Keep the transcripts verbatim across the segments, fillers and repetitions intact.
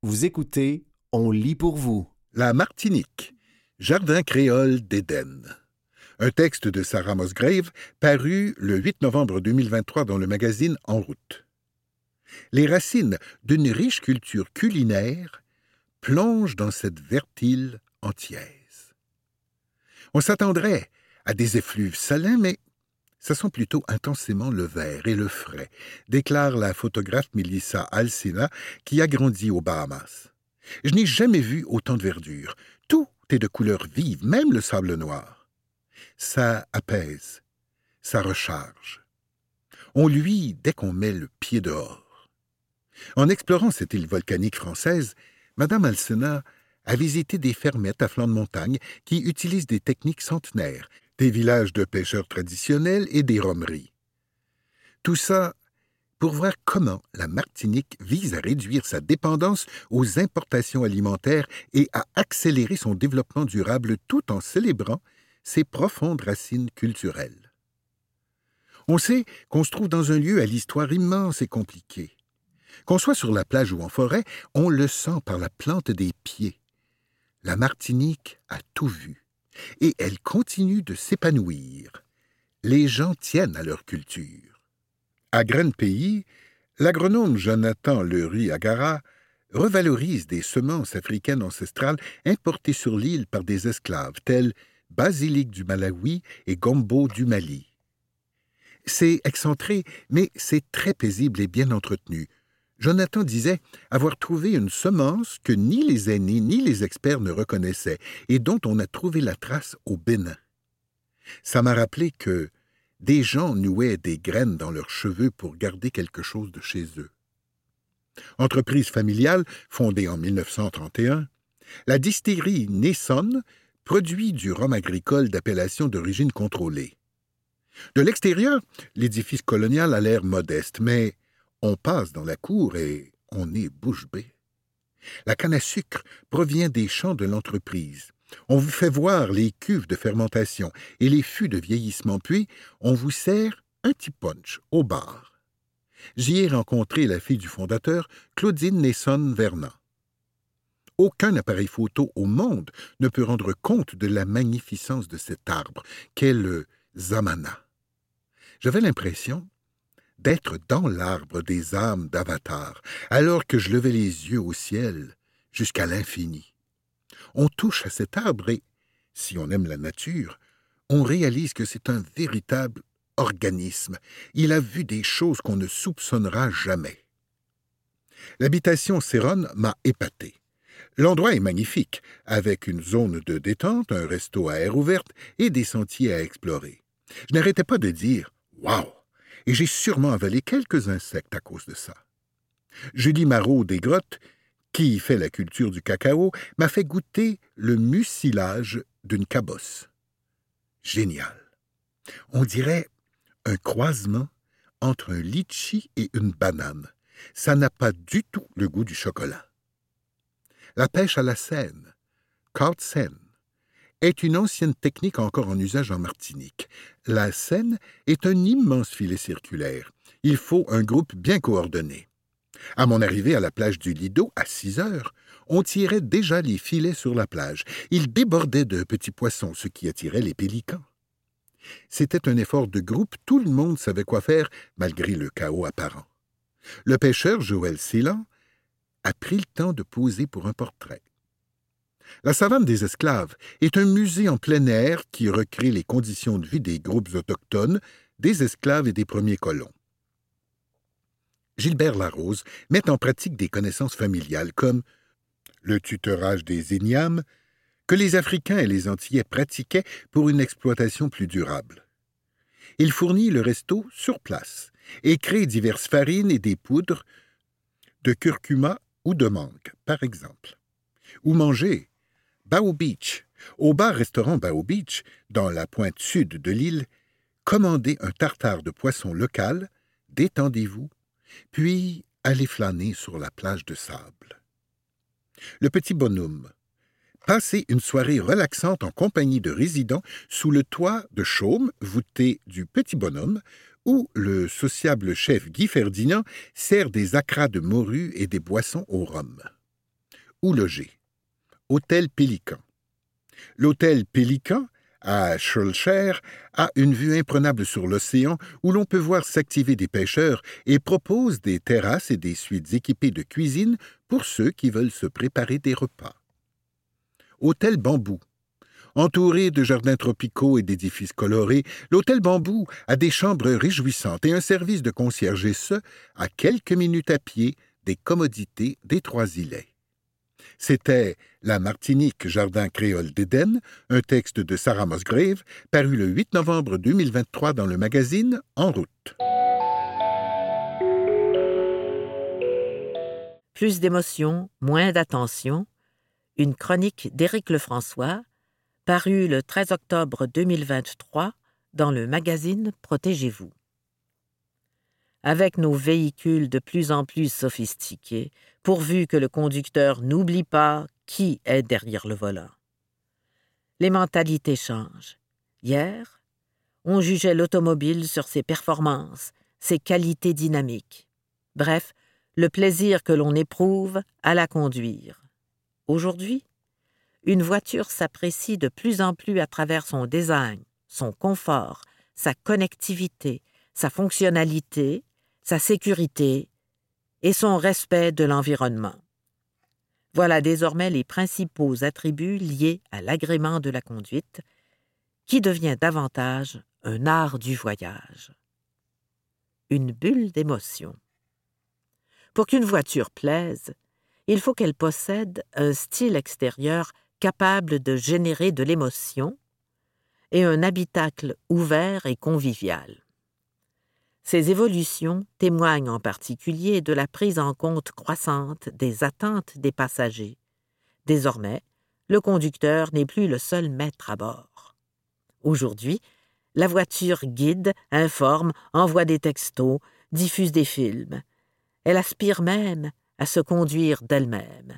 Vous écoutez On lit pour vous. La Martinique, jardin créole d'Éden. Un texte de Sarah Musgrave paru le huit novembre deux mille vingt-trois dans le magazine En route. Les racines d'une riche culture culinaire plongent dans cette verte île antillaise. On s'attendrait à des effluves salins, mais ça sent plutôt intensément le vert et le frais, déclare la photographe Melissa Alcina qui a grandi aux Bahamas. Je n'ai jamais vu autant de verdure. Tout est de couleur vive, même le sable noir. Ça apaise, ça recharge. On luit dès qu'on met le pied dehors. En explorant cette île volcanique française, Madame Alcina a visité des fermettes à flanc de montagne qui utilisent des techniques centenaires, des villages de pêcheurs traditionnels et des romeries. Tout ça pour voir comment la Martinique vise à réduire sa dépendance aux importations alimentaires et à accélérer son développement durable tout en célébrant ses profondes racines culturelles. On sait qu'on se trouve dans un lieu à l'histoire immense et compliquée. Qu'on soit sur la plage ou en forêt, on le sent par la plante des pieds. La Martinique a tout vu, et elle continue de s'épanouir. Les gens tiennent à leur culture. À Graines Pays, l'agronome Jonathan Lery-Agara revalorise des semences africaines ancestrales importées sur l'île par des esclaves, tels basilic du Malawi et gombo du Mali. C'est excentré, mais c'est très paisible et bien entretenu. Jonathan disait avoir trouvé une semence que ni les aînés ni les experts ne reconnaissaient et dont on a trouvé la trace au Bénin. Ça m'a rappelé que des gens nouaient des graines dans leurs cheveux pour garder quelque chose de chez eux. Entreprise familiale fondée en mille neuf cent trente et un, la distillerie Nesson produit du rhum agricole d'appellation d'origine contrôlée. De l'extérieur, l'édifice colonial a l'air modeste, mais on passe dans la cour et on est bouche bée. La canne à sucre provient des champs de l'entreprise. On vous fait voir les cuves de fermentation et les fûts de vieillissement, puis on vous sert un petit punch au bar. J'y ai rencontré la fille du fondateur, Claudine Nesson-Vernant. Aucun appareil photo au monde ne peut rendre compte de la magnificence de cet arbre, qu'est le zamana. J'avais l'impression d'être dans l'arbre des âmes d'Avatar, alors que je levais les yeux au ciel jusqu'à l'infini. On touche à cet arbre et, si on aime la nature, on réalise que c'est un véritable organisme. Il a vu des choses qu'on ne soupçonnera jamais. L'habitation Céron m'a épaté. L'endroit est magnifique, avec une zone de détente, un resto à air ouverte et des sentiers à explorer. Je n'arrêtais pas de dire « Wow !» et j'ai sûrement avalé quelques insectes à cause de ça. Julie Marot des Grottes, qui fait la culture du cacao, m'a fait goûter le mucilage d'une cabosse. Génial. On dirait un croisement entre un litchi et une banane. Ça n'a pas du tout le goût du chocolat. La pêche à la seine, carte-seine, est une ancienne technique encore en usage en Martinique. La seine est un immense filet circulaire. Il faut un groupe bien coordonné. À mon arrivée à la plage du Lido, à six heures, on tirait déjà les filets sur la plage. Ils débordaient de petits poissons, ce qui attirait les pélicans. C'était un effort de groupe, tout le monde savait quoi faire, malgré le chaos apparent. Le pêcheur Joël Célan a pris le temps de poser pour un portrait. La savane des esclaves est un musée en plein air qui recrée les conditions de vie des groupes autochtones, des esclaves et des premiers colons. Gilbert Larose met en pratique des connaissances familiales comme le tutorage des ignames que les Africains et les Antillais pratiquaient pour une exploitation plus durable. Il fournit le resto sur place et crée diverses farines et des poudres de curcuma ou de mangue, par exemple. Ou manger Bao Beach. Au bar-restaurant Bao Beach, dans la pointe sud de l'île, commandez un tartare de poisson local, détendez-vous, puis allez flâner sur la plage de sable. Le petit bonhomme. Passez une soirée relaxante en compagnie de résidents sous le toit de chaume voûté du petit bonhomme, où le sociable chef Guy Ferdinand sert des acras de morue et des boissons au rhum. Où loger? Hôtel Pélican. L'hôtel Pélican, à Shropshire, a une vue imprenable sur l'océan où l'on peut voir s'activer des pêcheurs et propose des terrasses et des suites équipées de cuisine pour ceux qui veulent se préparer des repas. Hôtel Bambou. Entouré de jardins tropicaux et d'édifices colorés, l'hôtel Bambou a des chambres réjouissantes et un service de concierge, et ce, à quelques minutes à pied des commodités des Trois-Îlets. C'était La Martinique, jardin créole d'Éden, un texte de Sarah Musgrave, paru le huit novembre deux mille vingt-trois dans le magazine En route. Plus d'émotion, moins d'attention. Une chronique d'Éric Lefrançois, parue le treize octobre deux mille vingt-trois dans le magazine Protégez-vous. Avec nos véhicules de plus en plus sophistiqués, pourvu que le conducteur n'oublie pas qui est derrière le volant. Les mentalités changent. Hier, on jugeait l'automobile sur ses performances, ses qualités dynamiques. Bref, le plaisir que l'on éprouve à la conduire. Aujourd'hui, une voiture s'apprécie de plus en plus à travers son design, son confort, sa connectivité, sa fonctionnalité, sa sécurité et son respect de l'environnement. Voilà désormais les principaux attributs liés à l'agrément de la conduite, qui devient davantage un art du voyage. Une bulle d'émotion. Pour qu'une voiture plaise, il faut qu'elle possède un style extérieur capable de générer de l'émotion et un habitacle ouvert et convivial. Ces évolutions témoignent en particulier de la prise en compte croissante des attentes des passagers. Désormais, le conducteur n'est plus le seul maître à bord. Aujourd'hui, la voiture guide, informe, envoie des textos, diffuse des films. Elle aspire même à se conduire d'elle-même.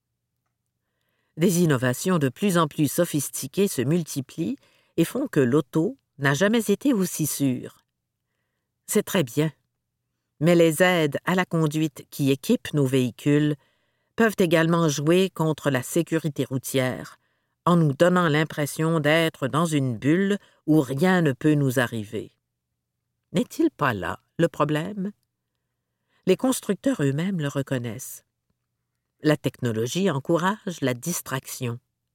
Des innovations de plus en plus sophistiquées se multiplient et font que l'auto n'a jamais été aussi sûre. C'est très bien, mais les aides à la conduite qui équipent nos véhicules peuvent également jouer contre la sécurité routière en nous donnant l'impression d'être dans une bulle où rien ne peut nous arriver. N'est-il pas là le problème? Les constructeurs eux-mêmes le reconnaissent. La technologie encourage la distraction.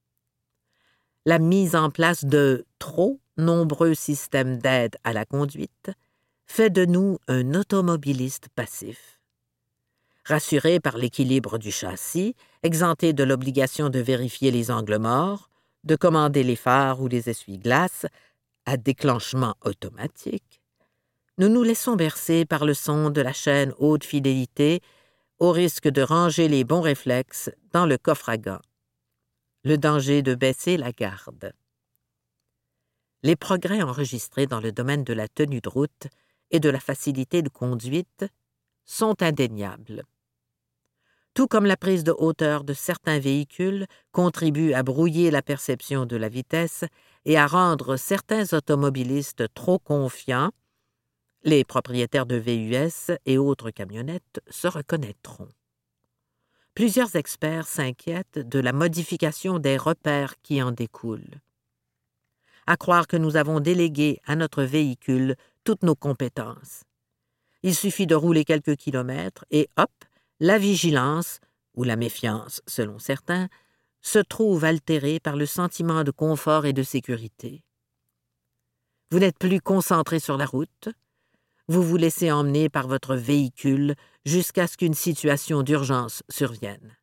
La mise en place de trop nombreux systèmes d'aide à la conduite fait de nous un automobiliste passif. Rassuré par l'équilibre du châssis, exempté de l'obligation de vérifier les angles morts, de commander les phares ou les essuie-glaces à déclenchement automatique, nous nous laissons bercer par le son de la chaîne haute fidélité au risque de ranger les bons réflexes dans le coffre à gants. Le danger de baisser la garde. Les progrès enregistrés dans le domaine de la tenue de route et de la facilité de conduite sont indéniables. Tout comme la prise de hauteur de certains véhicules contribue à brouiller la perception de la vitesse et à rendre certains automobilistes trop confiants, les propriétaires de V U S et autres camionnettes se reconnaîtront. Plusieurs experts s'inquiètent de la modification des repères qui en découlent. À croire que nous avons délégué à notre véhicule toutes nos compétences. Il suffit de rouler quelques kilomètres et hop, la vigilance, ou la méfiance selon certains, se trouve altérée par le sentiment de confort et de sécurité. Vous n'êtes plus concentré sur la route, vous vous laissez emmener par votre véhicule jusqu'à ce qu'une situation d'urgence survienne.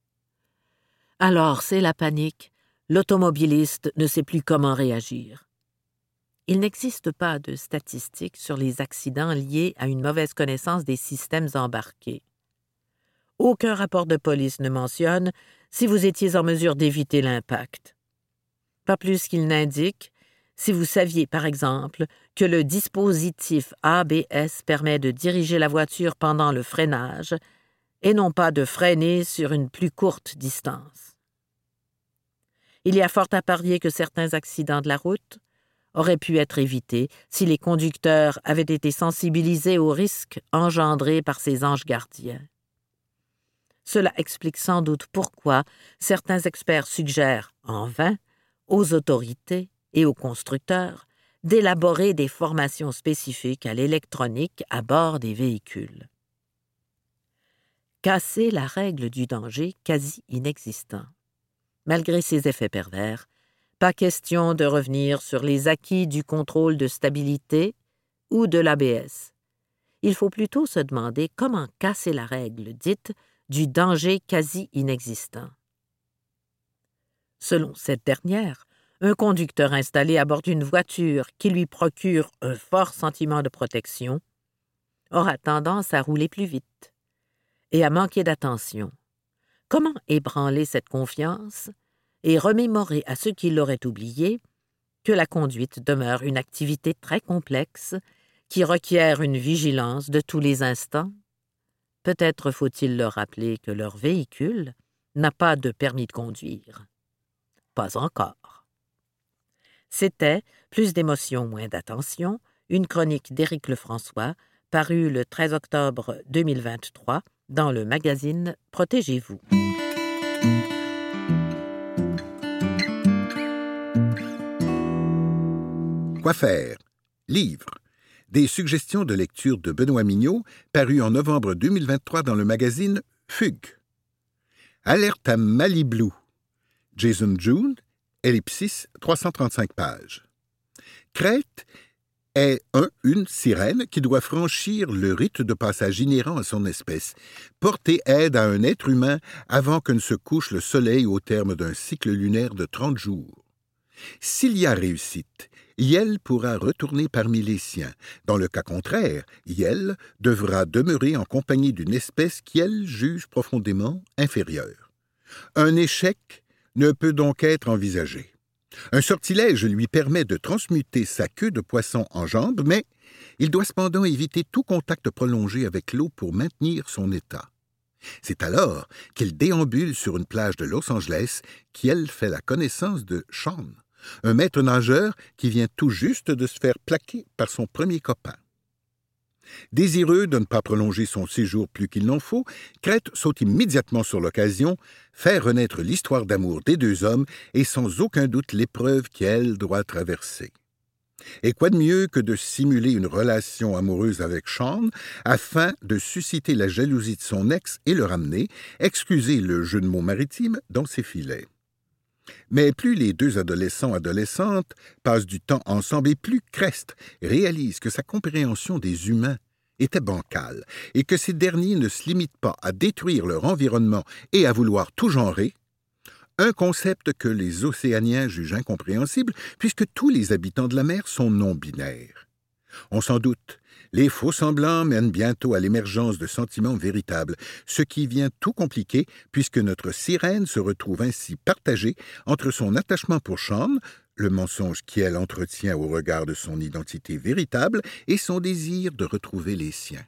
Alors c'est la panique, l'automobiliste ne sait plus comment réagir. Il n'existe pas de statistiques sur les accidents liés à une mauvaise connaissance des systèmes embarqués. Aucun rapport de police ne mentionne si vous étiez en mesure d'éviter l'impact. Pas plus qu'il n'indique si vous saviez, par exemple, que le dispositif A B S permet de diriger la voiture pendant le freinage et non pas de freiner sur une plus courte distance. Il y a fort à parier que certains accidents de la route auraient pu être évités si les conducteurs avaient été sensibilisés aux risques engendrés par ces anges gardiens. Cela explique sans doute pourquoi certains experts suggèrent, en vain, aux autorités et aux constructeurs d'élaborer des formations spécifiques à l'électronique à bord des véhicules. Casser la règle du danger quasi inexistant. Malgré ses effets pervers, pas question de revenir sur les acquis du contrôle de stabilité ou de l'A B S. Il faut plutôt se demander comment casser la règle dite du danger quasi inexistant. Selon cette dernière, un conducteur installé à bord d'une voiture qui lui procure un fort sentiment de protection aura tendance à rouler plus vite et à manquer d'attention. Comment ébranler cette confiance et remémorer à ceux qui l'auraient oublié que la conduite demeure une activité très complexe qui requiert une vigilance de tous les instants? Peut-être faut-il leur rappeler que leur véhicule n'a pas de permis de conduire. Pas encore. C'était Plus d'émotion, moins d'attention, une chronique d'Éric Lefrançois, parue le treize octobre deux mille vingt-trois dans le magazine Protégez-vous. Quoi faire? Livre. Des suggestions de lecture de Benoît Mignot, paru en novembre deux mille vingt-trois dans le magazine Fugue. Alerte à Malibu. Jason June, ellipsis, trois cent trente-cinq pages. Crête est un, une sirène qui doit franchir le rite de passage inhérent à son espèce, porter aide à un être humain avant que ne se couche le soleil au terme d'un cycle lunaire de trente jours. S'il y a réussite, Yel pourra retourner parmi les siens. Dans le cas contraire, Yel devra demeurer en compagnie d'une espèce qu'elle juge profondément inférieure. Un échec ne peut donc être envisagé. Un sortilège lui permet de transmuter sa queue de poisson en jambe, mais il doit cependant éviter tout contact prolongé avec l'eau pour maintenir son état. C'est alors qu'il déambule sur une plage de Los Angeles qu'elle fait la connaissance de Sean, un maître nageur qui vient tout juste de se faire plaquer par son premier copain. Désireux de ne pas prolonger son séjour plus qu'il n'en faut, Crête saute immédiatement sur l'occasion, fait renaître l'histoire d'amour des deux hommes et sans aucun doute l'épreuve qu'elle doit traverser. Et quoi de mieux que de simuler une relation amoureuse avec Sean afin de susciter la jalousie de son ex et le ramener, excusez le jeu de mots maritime, dans ses filets. Mais plus les deux adolescents-adolescentes passent du temps ensemble et plus Crest réalise que sa compréhension des humains était bancale et que ces derniers ne se limitent pas à détruire leur environnement et à vouloir tout genrer, un concept que les Océaniens jugent incompréhensible puisque tous les habitants de la mer sont non-binaires. On s'en doute, les faux-semblants mènent bientôt à l'émergence de sentiments véritables, ce qui vient tout compliquer puisque notre sirène se retrouve ainsi partagée entre son attachement pour Sean, le mensonge qu'elle entretient au regard de son identité véritable, et son désir de retrouver les siens.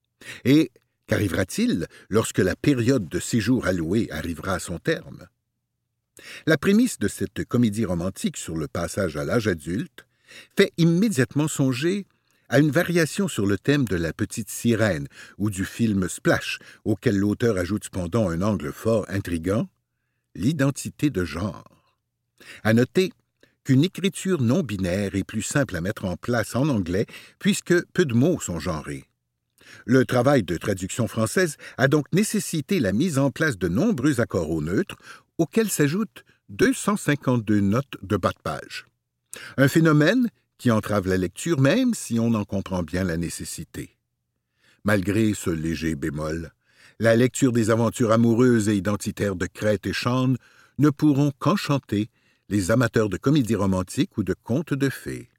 Et qu'arrivera-t-il lorsque la période de séjour allouée arrivera à son terme? La prémisse de cette comédie romantique sur le passage à l'âge adulte fait immédiatement songer à une variation sur le thème de la petite sirène ou du film Splash, auquel l'auteur ajoute cependant un angle fort intrigant, l'identité de genre. À noter qu'une écriture non binaire est plus simple à mettre en place en anglais puisque peu de mots sont genrés. Le travail de traduction française a donc nécessité la mise en place de nombreux accords au neutre, auxquels s'ajoutent deux cent cinquante-deux notes de bas de page. Un phénomène qui entrave la lecture même si on en comprend bien la nécessité. Malgré ce léger bémol, la lecture des aventures amoureuses et identitaires de Crête et Sean ne pourront qu'enchanter les amateurs de comédies romantiques ou de contes de fées.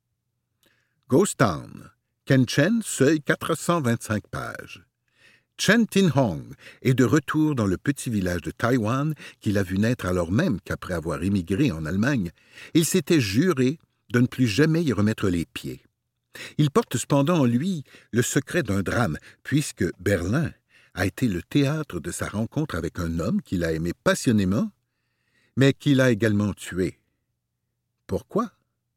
Ghost Town, Ken Chen, seuil quatre cent vingt-cinq pages. Chen Tin-hong est de retour dans le petit village de Taïwan qu'il a vu naître alors même qu'après avoir émigré en Allemagne, il s'était juré de ne plus jamais y remettre les pieds. Il porte cependant en lui le secret d'un drame, puisque Berlin a été le théâtre de sa rencontre avec un homme qu'il a aimé passionnément, mais qu'il a également tué. Pourquoi?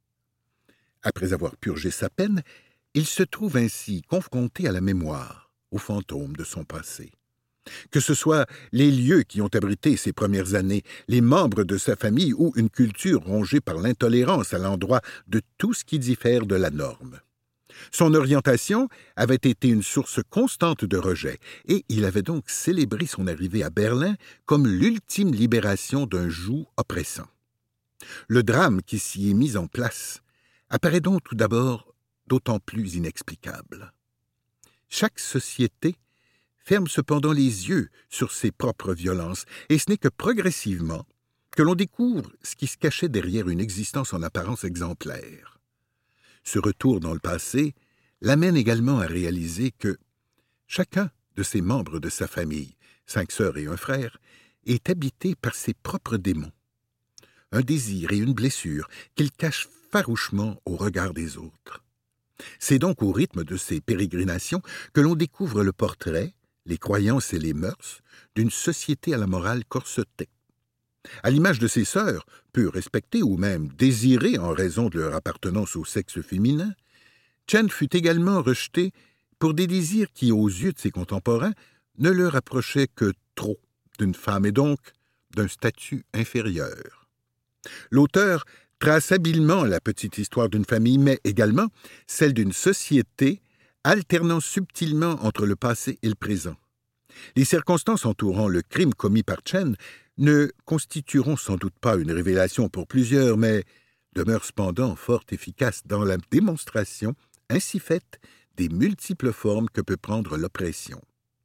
Après avoir purgé sa peine, il se trouve ainsi confronté à la mémoire, aux fantômes de son passé. Que ce soit les lieux qui ont abrité ses premières années, les membres de sa famille ou une culture rongée par l'intolérance à l'endroit de tout ce qui diffère de la norme. Son orientation avait été une source constante de rejet, et il avait donc célébré son arrivée à Berlin comme l'ultime libération d'un joug oppressant. Le drame qui s'y est mis en place apparaît donc tout d'abord d'autant plus inexplicable. Chaque société ferme cependant les yeux sur ses propres violences, et ce n'est que progressivement que l'on découvre ce qui se cachait derrière une existence en apparence exemplaire. Ce retour dans le passé l'amène également à réaliser que chacun de ses membres de sa famille, cinq sœurs et un frère, est habité par ses propres démons, un désir et une blessure qu'il cache farouchement au regard des autres. C'est donc au rythme de ces pérégrinations que l'on découvre le portrait, les croyances et les mœurs d'une société à la morale corsetée. À l'image de ses sœurs, peu respectées ou même désirées en raison de leur appartenance au sexe féminin, Chen fut également rejetée pour des désirs qui, aux yeux de ses contemporains, ne le rapprochaient que trop d'une femme et donc d'un statut inférieur. L'auteur trace habilement la petite histoire d'une famille, mais également celle d'une société alternant subtilement entre le passé et le présent. Les circonstances entourant le crime commis par Chen ne constitueront sans doute pas une révélation pour plusieurs, mais demeurent cependant fort efficaces dans la démonstration ainsi faite des multiples formes que peut prendre l'oppression.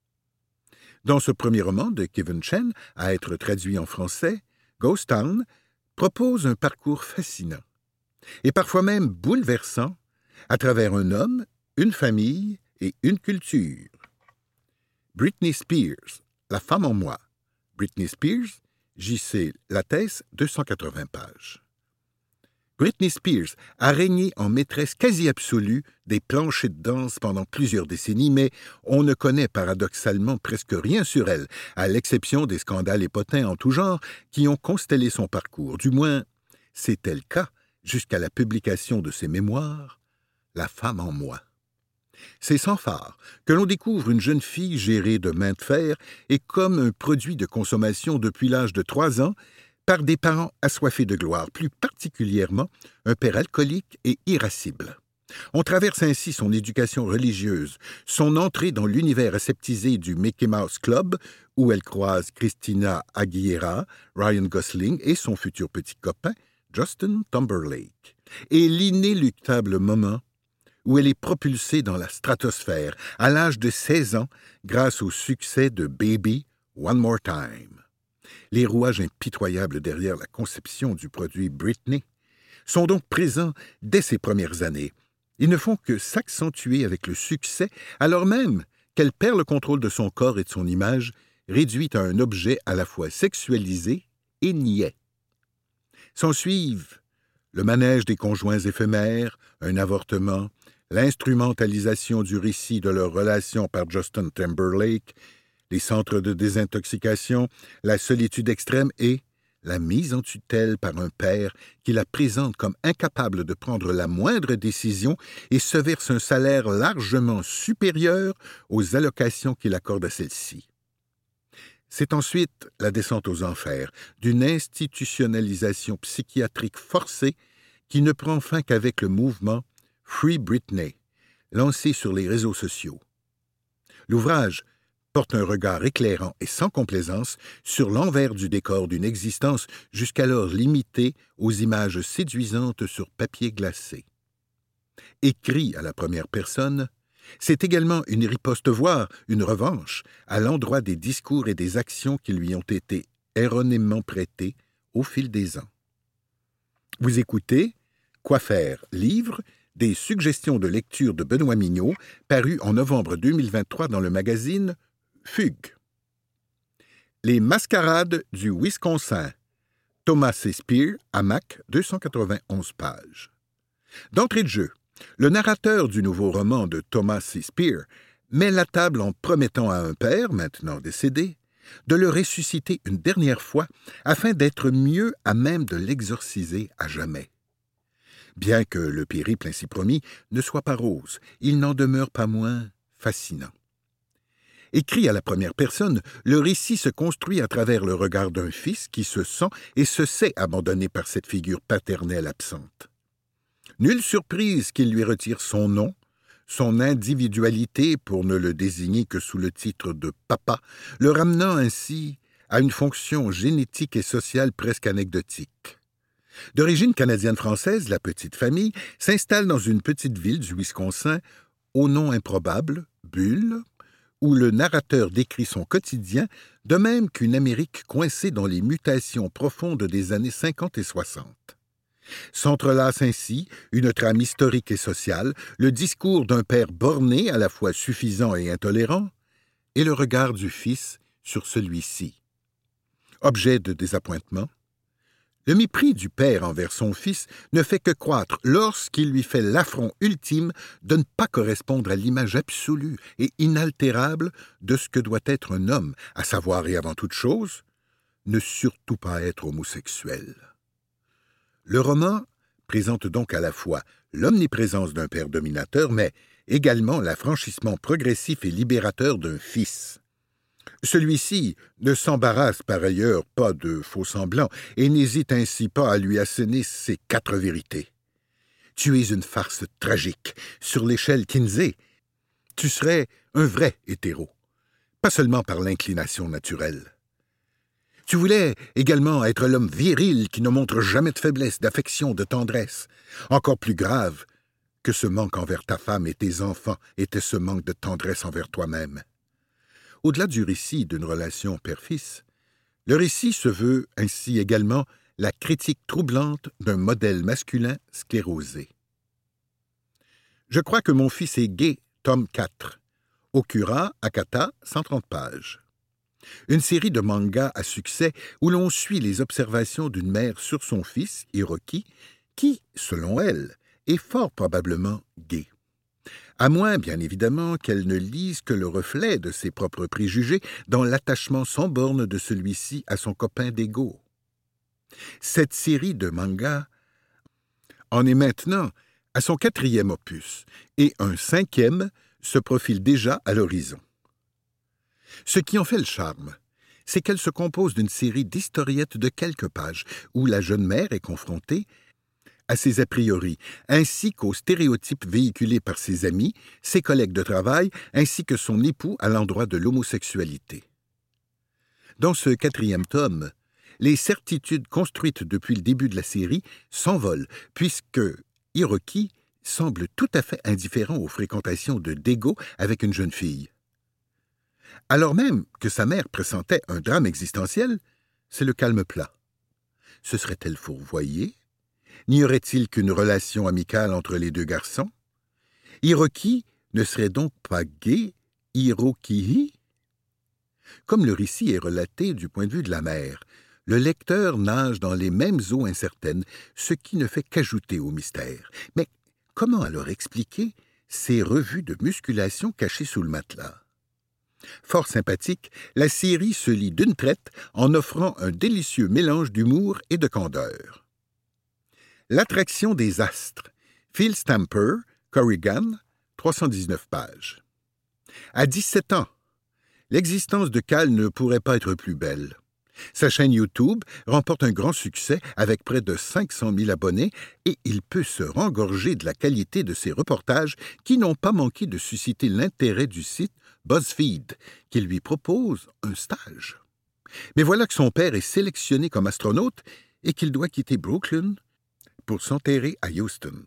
Dans ce premier roman de Kevin Chen, à être traduit en français, Ghost Town propose un parcours fascinant, et parfois même bouleversant, à travers un homme, une famille et une culture. Britney Spears, La femme en moi. Britney Spears, J C Lattès, deux cent quatre-vingts pages. Britney Spears a régné en maîtresse quasi absolue des planchers de danse pendant plusieurs décennies, mais on ne connaît paradoxalement presque rien sur elle, à l'exception des scandales et potins en tout genre qui ont constellé son parcours. Du moins, c'était le cas jusqu'à la publication de ses mémoires, La femme en moi. C'est sans phare que l'on découvre une jeune fille gérée de main de fer et comme un produit de consommation depuis l'âge de trois ans par des parents assoiffés de gloire, plus particulièrement un père alcoolique et irascible. On traverse ainsi son éducation religieuse, son entrée dans l'univers aseptisé du Mickey Mouse Club, où elle croise Christina Aguilera, Ryan Gosling et son futur petit copain, Justin Timberlake, et l'inéluctable moment où elle est propulsée dans la stratosphère à l'âge de seize ans grâce au succès de Baby One More Time. Les rouages impitoyables derrière la conception du produit Britney sont donc présents dès ses premières années. Ils ne font que s'accentuer avec le succès, alors même qu'elle perd le contrôle de son corps et de son image, réduite à un objet à la fois sexualisé et niais. S'ensuivent le manège des conjoints éphémères, un avortement, l'instrumentalisation du récit de leur relation par Justin Timberlake, les centres de désintoxication, la solitude extrême et la mise en tutelle par un père qui la présente comme incapable de prendre la moindre décision et se verse un salaire largement supérieur aux allocations qu'il accorde à celle-ci. C'est ensuite la descente aux enfers d'une institutionnalisation psychiatrique forcée qui ne prend fin qu'avec le mouvement Free Britney, lancé sur les réseaux sociaux. L'ouvrage porte un regard éclairant et sans complaisance sur l'envers du décor d'une existence jusqu'alors limitée aux images séduisantes sur papier glacé. Écrit à la première personne, c'est également une riposte, voire une revanche, à l'endroit des discours et des actions qui lui ont été erronément prêtés au fil des ans. Vous écoutez Quoi faire, livre, des suggestions de lecture de Benoît Mignot, paru en novembre deux mille vingt-trois dans le magazine Fugue. Les mascarades du Wisconsin. Thomas C. Spear, hamac, deux cent quatre-vingt-onze pages. D'entrée de jeu, le narrateur du nouveau roman de Thomas C. Spear met la table en promettant à un père, maintenant décédé, de le ressusciter une dernière fois afin d'être mieux à même de l'exorciser à jamais. Bien que le périple ainsi promis ne soit pas rose, il n'en demeure pas moins fascinant. Écrit à la première personne, le récit se construit à travers le regard d'un fils qui se sent et se sait abandonné par cette figure paternelle absente. Nulle surprise qu'il lui retire son nom, son individualité pour ne le désigner que sous le titre de « papa », le ramenant ainsi à une fonction génétique et sociale presque anecdotique. D'origine canadienne-française, la petite famille s'installe dans une petite ville du Wisconsin au nom improbable, Bulle, où le narrateur décrit son quotidien, de même qu'une Amérique coincée dans les mutations profondes des années cinquante et soixante. S'entrelace ainsi une trame historique et sociale, le discours d'un père borné à la fois suffisant et intolérant, et le regard du fils sur celui-ci. Objet de désappointement, le mépris du père envers son fils ne fait que croître lorsqu'il lui fait l'affront ultime de ne pas correspondre à l'image absolue et inaltérable de ce que doit être un homme, à savoir et avant toute chose, ne surtout pas être homosexuel. Le roman présente donc à la fois l'omniprésence d'un père dominateur, mais également l'affranchissement progressif et libérateur d'un fils. Celui-ci ne s'embarrasse par ailleurs pas de faux-semblants et n'hésite ainsi pas à lui asséner ses quatre vérités. Tu es une farce tragique. Sur l'échelle Kinsey, tu serais un vrai hétéro, pas seulement par l'inclination naturelle. Tu voulais également être l'homme viril qui ne montre jamais de faiblesse, d'affection, de tendresse. Encore plus grave que ce manque envers ta femme et tes enfants était ce manque de tendresse envers toi-même. Au-delà du récit d'une relation père-fils, le récit se veut ainsi également la critique troublante d'un modèle masculin sclérosé. Je crois que mon fils est gay, tome quatre. Okura, Akata, cent trente pages. Une série de mangas à succès où l'on suit les observations d'une mère sur son fils, Hiroki, qui, selon elle, est fort probablement gay. À moins, bien évidemment, qu'elle ne lise que le reflet de ses propres préjugés dans l'attachement sans borne de celui-ci à son copain d'ego. Cette série de mangas en est maintenant à son quatrième opus, et un cinquième se profile déjà à l'horizon. Ce qui en fait le charme, c'est qu'elle se compose d'une série d'historiettes de quelques pages, où la jeune mère est confrontée à ses a priori, ainsi qu'aux stéréotypes véhiculés par ses amis, ses collègues de travail, ainsi que son époux à l'endroit de l'homosexualité. Dans ce quatrième tome, les certitudes construites depuis le début de la série s'envolent, puisque Hiroki semble tout à fait indifférent aux fréquentations de Dego avec une jeune fille. Alors même que sa mère pressentait un drame existentiel, c'est le calme plat. Se serait-elle fourvoyée? N'y aurait-il qu'une relation amicale entre les deux garçons? Hiroki ne serait donc pas gay, Hiroki? Comme le récit est relaté du point de vue de la mère, le lecteur nage dans les mêmes eaux incertaines, ce qui ne fait qu'ajouter au mystère. Mais comment alors expliquer ces revues de musculation cachées sous le matelas? Fort sympathique, la série se lit d'une traite en offrant un délicieux mélange d'humour et de candeur. L'attraction des astres, Phil Stamper, Corrigan, trois cent dix-neuf pages. À dix-sept ans, l'existence de Cal ne pourrait pas être plus belle. Sa chaîne YouTube remporte un grand succès avec près de cinq cent mille abonnés et il peut se rengorger de la qualité de ses reportages qui n'ont pas manqué de susciter l'intérêt du site BuzzFeed, qui lui propose un stage. Mais voilà que son père est sélectionné comme astronaute et qu'il doit quitter Brooklyn pour s'enterrer à Houston.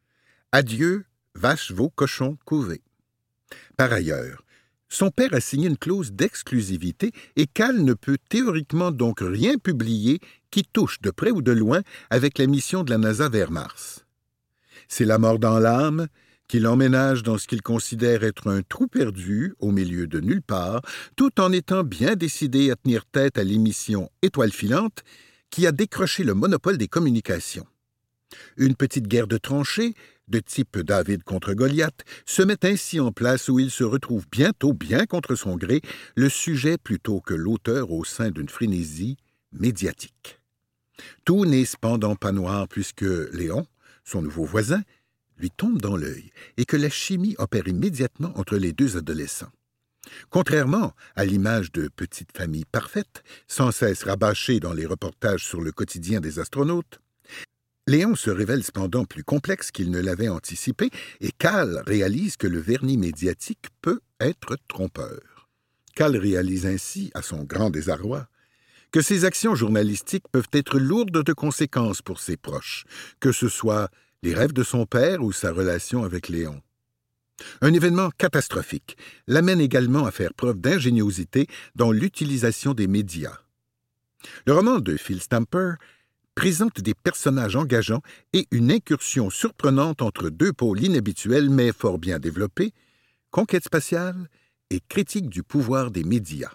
Adieu, vaches, veaux, cochons, couvés. Par ailleurs, son père a signé une clause d'exclusivité et Cal ne peut théoriquement donc rien publier qui touche de près ou de loin avec la mission de la NASA vers Mars. C'est la mort dans l'âme qui l'emménage dans ce qu'il considère être un trou perdu au milieu de nulle part, tout en étant bien décidé à tenir tête à l'émission Étoile filante qui a décroché le monopole des communications. Une petite guerre de tranchées, de type David contre Goliath, se met ainsi en place où il se retrouve bientôt, bien contre son gré, le sujet plutôt que l'auteur au sein d'une frénésie médiatique. Tout n'est cependant pas noir puisque Léon, son nouveau voisin, lui tombe dans l'œil et que la chimie opère immédiatement entre les deux adolescents. Contrairement à l'image de petite famille parfaite, sans cesse rabâchée dans les reportages sur le quotidien des astronautes, Léon se révèle cependant plus complexe qu'il ne l'avait anticipé et Cal réalise que le vernis médiatique peut être trompeur. Cal réalise ainsi, à son grand désarroi, que ses actions journalistiques peuvent être lourdes de conséquences pour ses proches, que ce soit les rêves de son père ou sa relation avec Léon. Un événement catastrophique l'amène également à faire preuve d'ingéniosité dans l'utilisation des médias. Le roman de Phil Stamper présente des personnages engageants et une incursion surprenante entre deux pôles inhabituels mais fort bien développés, conquête spatiale et critique du pouvoir des médias.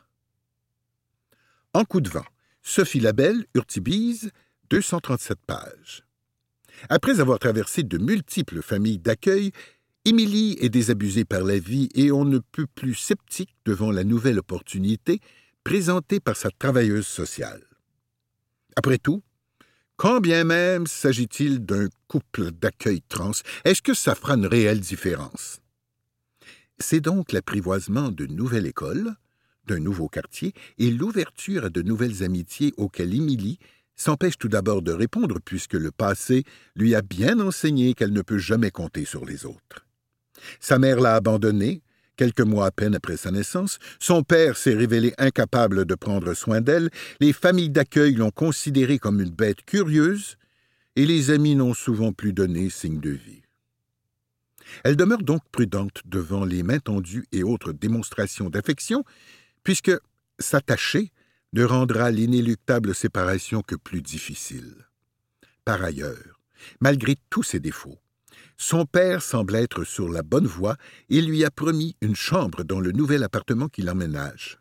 En coup de vent, Sophie Labelle, Urtibise, deux cent trente-sept pages. Après avoir traversé de multiples familles d'accueil, Émilie est désabusée par la vie et on ne peut plus sceptique devant la nouvelle opportunité présentée par sa travailleuse sociale. Après tout, quand bien même s'agit-il d'un couple d'accueil trans, est-ce que ça fera une réelle différence? C'est donc l'apprivoisement de nouvelles écoles, d'un nouveau quartier et l'ouverture à de nouvelles amitiés auxquelles Émilie s'empêche tout d'abord de répondre puisque le passé lui a bien enseigné qu'elle ne peut jamais compter sur les autres. Sa mère l'a abandonnée, quelques mois à peine après sa naissance, son père s'est révélé incapable de prendre soin d'elle, les familles d'accueil l'ont considérée comme une bête curieuse, et les amis n'ont souvent plus donné signe de vie. Elle demeure donc prudente devant les mains tendues et autres démonstrations d'affection, puisque s'attacher ne rendra l'inéluctable séparation que plus difficile. Par ailleurs, malgré tous ses défauts, son père semble être sur la bonne voie et lui a promis une chambre dans le nouvel appartement qu'il emménage.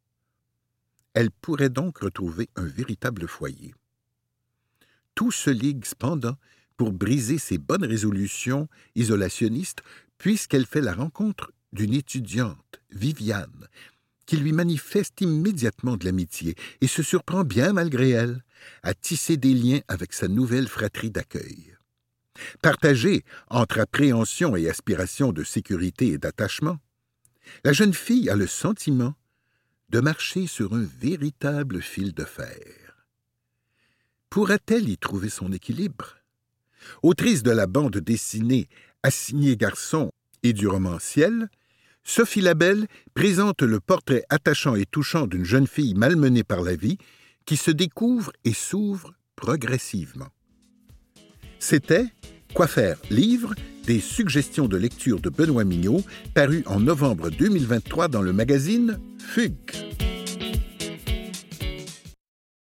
Elle pourrait donc retrouver un véritable foyer. Tout se ligue cependant pour briser ses bonnes résolutions isolationnistes puisqu'elle fait la rencontre d'une étudiante, Viviane, qui lui manifeste immédiatement de l'amitié et se surprend bien malgré elle à tisser des liens avec sa nouvelle fratrie d'accueil. Partagée entre appréhension et aspiration de sécurité et d'attachement, la jeune fille a le sentiment de marcher sur un véritable fil de fer. Pourra-t-elle y trouver son équilibre? Autrice de la bande dessinée Assigné garçon et du roman Ciel, Sophie Labelle présente le portrait attachant et touchant d'une jeune fille malmenée par la vie qui se découvre et s'ouvre progressivement. C'était Quoi faire, livre, des suggestions de lecture de Benoît Mignot, paru en novembre deux mille vingt-trois dans le magazine Fugue.